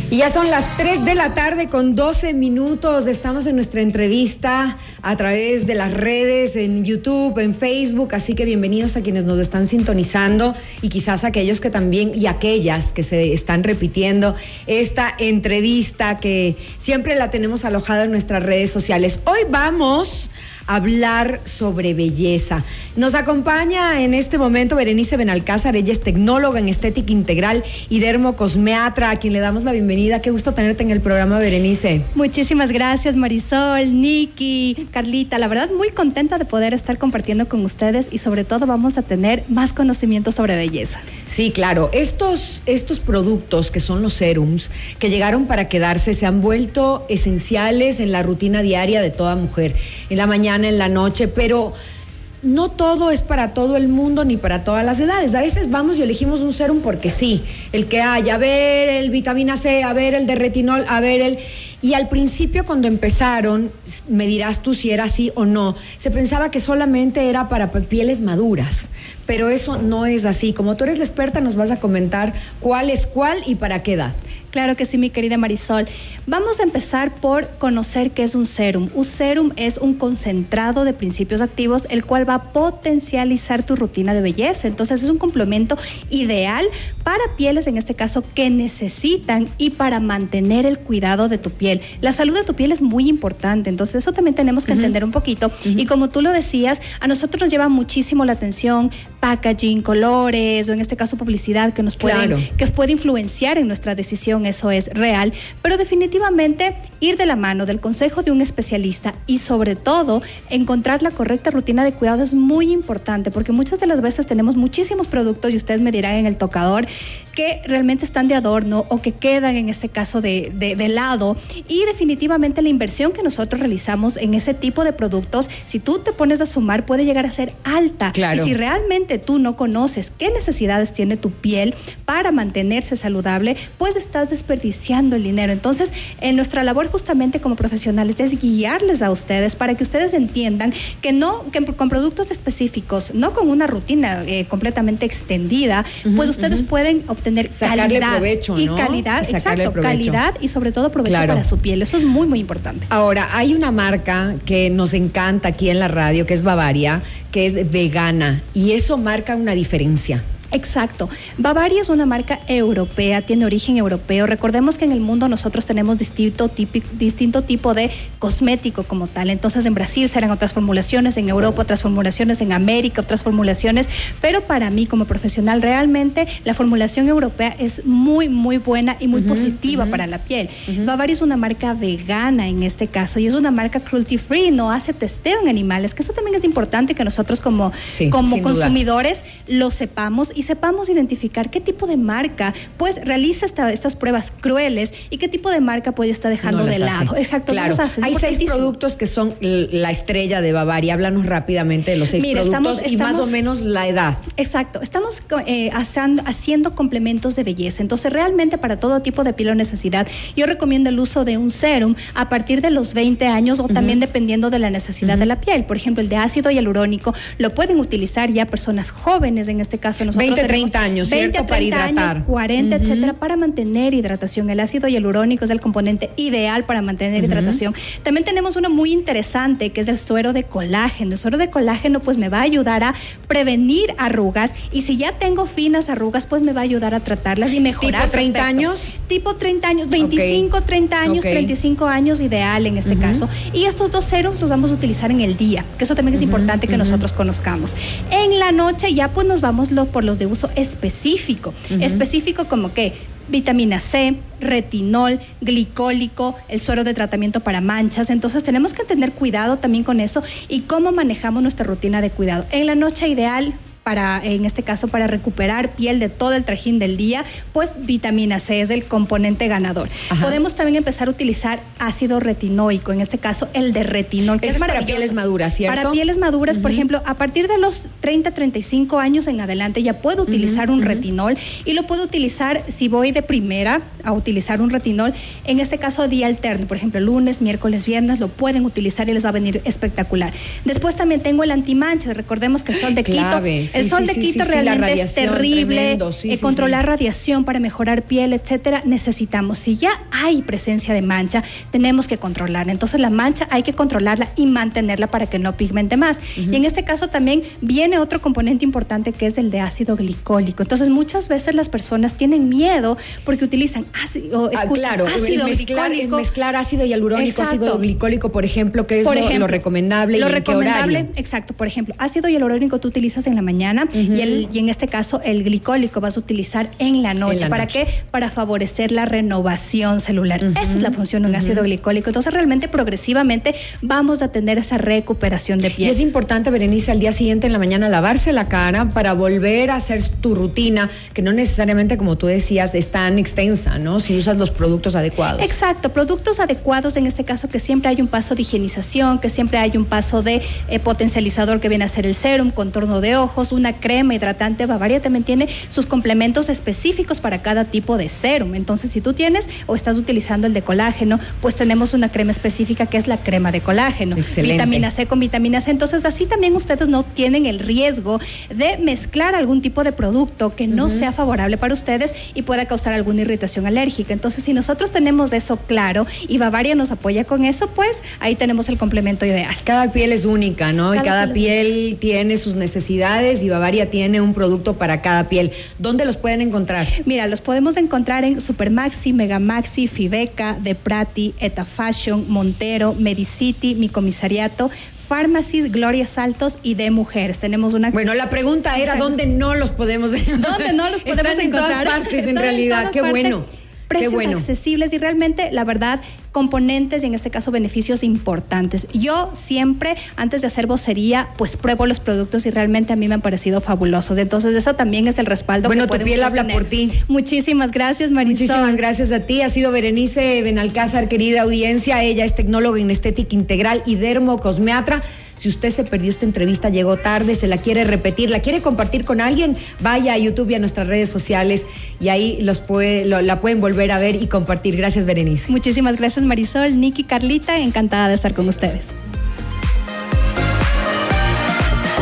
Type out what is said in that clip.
Y ya son las 3 de la tarde con 12 minutos. Estamos en nuestra entrevista a través de las redes, en YouTube, en Facebook. Así que bienvenidos a quienes nos están sintonizando y quizás aquellos que también y aquellas que se están repitiendo esta entrevista que siempre la tenemos alojada en nuestras redes sociales. Hoy vamos a hablar sobre belleza. Nos acompaña en este momento Berenice Benalcázar. Ella es tecnóloga en estética integral y dermocosmeatra, a quien le damos la bienvenida. Qué gusto tenerte en el programa, Berenice. Muchísimas gracias, Marisol, Nikki, Carlita. La verdad, muy contenta de poder estar compartiendo con ustedes y sobre todo vamos a tener más conocimiento sobre belleza. Sí, claro. Estos productos que son los serums, que llegaron para quedarse, se han vuelto esenciales en la rutina diaria de toda mujer. En la mañana, en la noche, pero no todo es para todo el mundo ni para todas las edades. A veces vamos y elegimos un serum porque sí, el que hay, a ver el vitamina C, a ver el de retinol, a ver el... Y al principio cuando empezaron, me dirás tú si era así o no, se pensaba que solamente era para pieles maduras, pero eso no es así. Como tú eres la experta, nos vas a comentar cuál es cuál y para qué edad. Claro que sí, mi querida Marisol. Vamos a empezar por conocer qué es un serum. Un serum es un concentrado de principios activos, el cual va a potencializar tu rutina de belleza. Entonces es un complemento ideal para pieles, en este caso, que necesitan y para mantener el cuidado de tu piel. La salud de tu piel es muy importante, entonces eso también tenemos que entender un poquito. Y como tú lo decías, a nosotros nos lleva muchísimo la atención packaging, colores, o en este caso publicidad que nos puede, que puede influenciar en nuestra decisión. Eso es real, pero definitivamente ir de la mano del consejo de un especialista y sobre todo encontrar la correcta rutina de cuidado es muy importante, porque muchas de las veces tenemos muchísimos productos y ustedes me dirán en el tocador que realmente están de adorno o que quedan en este caso de lado, y definitivamente la inversión que nosotros realizamos en ese tipo de productos, si tú te pones a sumar, puede llegar a ser alta. Claro. Y si realmente tú no conoces qué necesidades tiene tu piel para mantenerse saludable, pues estás desperdiciando el dinero. Entonces, en nuestra labor justamente como profesionales es guiarles a ustedes para que ustedes entiendan que con productos específicos, no con una rutina completamente extendida, pues ustedes pueden obtener sacarle calidad provecho, y ¿no? calidad, Sacarle exacto, provecho. calidad y sobre todo provecho para su piel. Eso es muy, muy importante. Ahora, hay una marca que nos encanta aquí en la radio, que es Bavaria, que es vegana, y eso marca una diferencia. Exacto. Bavaria es una marca europea, tiene origen europeo. Recordemos que en el mundo nosotros tenemos distinto tipo de cosmético como tal. Entonces en Brasil serán otras formulaciones, en Europa otras formulaciones, en América otras formulaciones. Pero para mí como profesional realmente la formulación europea es muy, muy buena y muy positiva para la piel. Bavaria es una marca vegana en este caso y es una marca cruelty free, no hace testeo en animales, que eso también es importante que nosotros como consumidores lo sepamos y sepamos identificar qué tipo de marca pues realiza estas pruebas crueles y qué tipo de marca pues está dejando de lado. Exacto, claro. no las hace. Hay 6 productos que son la estrella de Bavaria. Háblanos rápidamente de los 6 productos y más o menos la edad. Exacto, estamos haciendo complementos de belleza. Entonces realmente para todo tipo de piel o necesidad yo recomiendo el uso de un serum a partir de los 20 años o también dependiendo de la necesidad de la piel. Por ejemplo, el de ácido hialurónico lo pueden utilizar ya personas jóvenes, en este caso nosotros 20, 30 años, 20, ¿cierto? 30 para hidratar. años, 40, etcétera, para mantener hidratación. El ácido hialurónico es el componente ideal para mantener hidratación. También tenemos uno muy interesante que es el suero de colágeno. El suero de colágeno pues me va a ayudar a prevenir arrugas y si ya tengo finas arrugas pues me va a ayudar a tratarlas y mejorar. ¿Tipo 30 años? Tipo 30 años, 25, 30 años, 35 años ideal en este caso. Y estos 2 serums los vamos a utilizar en el día, que eso también es importante que nosotros conozcamos. En la noche ya pues nos vamos por los de uso específico. Específico como que vitamina C, retinol, glicólico, el suero de tratamiento para manchas. Entonces tenemos que tener cuidado también con eso y cómo manejamos nuestra rutina de cuidado. En la noche ideal, en este caso para recuperar piel de todo el trajín del día, pues vitamina C es el componente ganador. Podemos también empezar a utilizar ácido retinoico, en este caso el de retinol, que es para pieles maduras, ¿cierto? Para pieles maduras, por ejemplo, a partir de los 30, 35 años en adelante ya puedo utilizar un retinol y lo puedo utilizar si voy de primera a utilizar un retinol, en este caso día alterno, por ejemplo, lunes, miércoles, viernes, lo pueden utilizar y les va a venir espectacular. Después también tengo el antimanchas, recordemos que el sol de Quito El sol de Quito realmente es terrible. Controlar radiación para mejorar piel, etcétera, necesitamos. Si ya hay presencia de mancha, tenemos que controlarla. Entonces la mancha hay que controlarla y mantenerla para que no pigmente más. Y en este caso también viene otro componente importante que es el de ácido glicólico. Entonces muchas veces las personas tienen miedo porque utilizan ácido, ácido glicólico. Mezclar ácido hialurónico, ácido glicólico, por ejemplo, que es lo recomendable. Lo recomendable, exacto. Por ejemplo, ácido hialurónico tú utilizas en la mañana y en este caso el glicólico vas a utilizar en la noche. ¿Para qué? Para favorecer la renovación celular. Esa es la función de un ácido glicólico. Entonces realmente progresivamente vamos a tener esa recuperación de piel. Y es importante, Berenice, al día siguiente en la mañana lavarse la cara para volver a hacer tu rutina, que no necesariamente, como tú decías, es tan extensa, ¿no? Si usas los productos adecuados. Exacto, productos adecuados en este caso, que siempre hay un paso de higienización, que siempre hay un paso de potencializador que viene a ser el serum, contorno de ojos, una crema hidratante. Bavaria también tiene sus complementos específicos para cada tipo de serum. Entonces, si tú tienes o estás utilizando el de colágeno, pues tenemos una crema específica que es la crema de colágeno. Excelente. Vitamina C con vitamina C. Entonces, así también ustedes no tienen el riesgo de mezclar algún tipo de producto que no sea favorable para ustedes y pueda causar alguna irritación alérgica. Entonces, si nosotros tenemos eso claro y Bavaria nos apoya con eso, pues ahí tenemos el complemento ideal. Cada piel es única, ¿no? Y cada piel tiene sus necesidades y Bavaria tiene un producto para cada piel. ¿Dónde los pueden encontrar? Mira, los podemos encontrar en Supermaxi, Megamaxi, Fibeca, Deprati, Eta Fashion, Montero, Medicity, Mi Comisariato, Pharmacies, Gloria Saltos y de Mujeres. Tenemos una... Bueno, la pregunta era ¿dónde no los podemos encontrar? ¿Dónde no los podemos Están encontrar? En todas partes, en realidad. Qué bueno. Precios accesibles y realmente, la verdad, componentes y en este caso beneficios importantes. Yo siempre, antes de hacer vocería, pues pruebo los productos y realmente a mí me han parecido fabulosos. Entonces, eso también es el respaldo. Bueno, tu piel habla por ti. Muchísimas gracias, Marisol. Muchísimas gracias a ti. Ha sido Berenice Benalcázar, querida audiencia. Ella es tecnóloga en estética integral y dermocosmiatra. Si usted se perdió esta entrevista, llegó tarde, se la quiere repetir, la quiere compartir con alguien, vaya a YouTube y a nuestras redes sociales y ahí la pueden volver a ver y compartir. Gracias, Berenice. Muchísimas gracias, Marisol, Nikki, Carlita, encantada de estar con ustedes.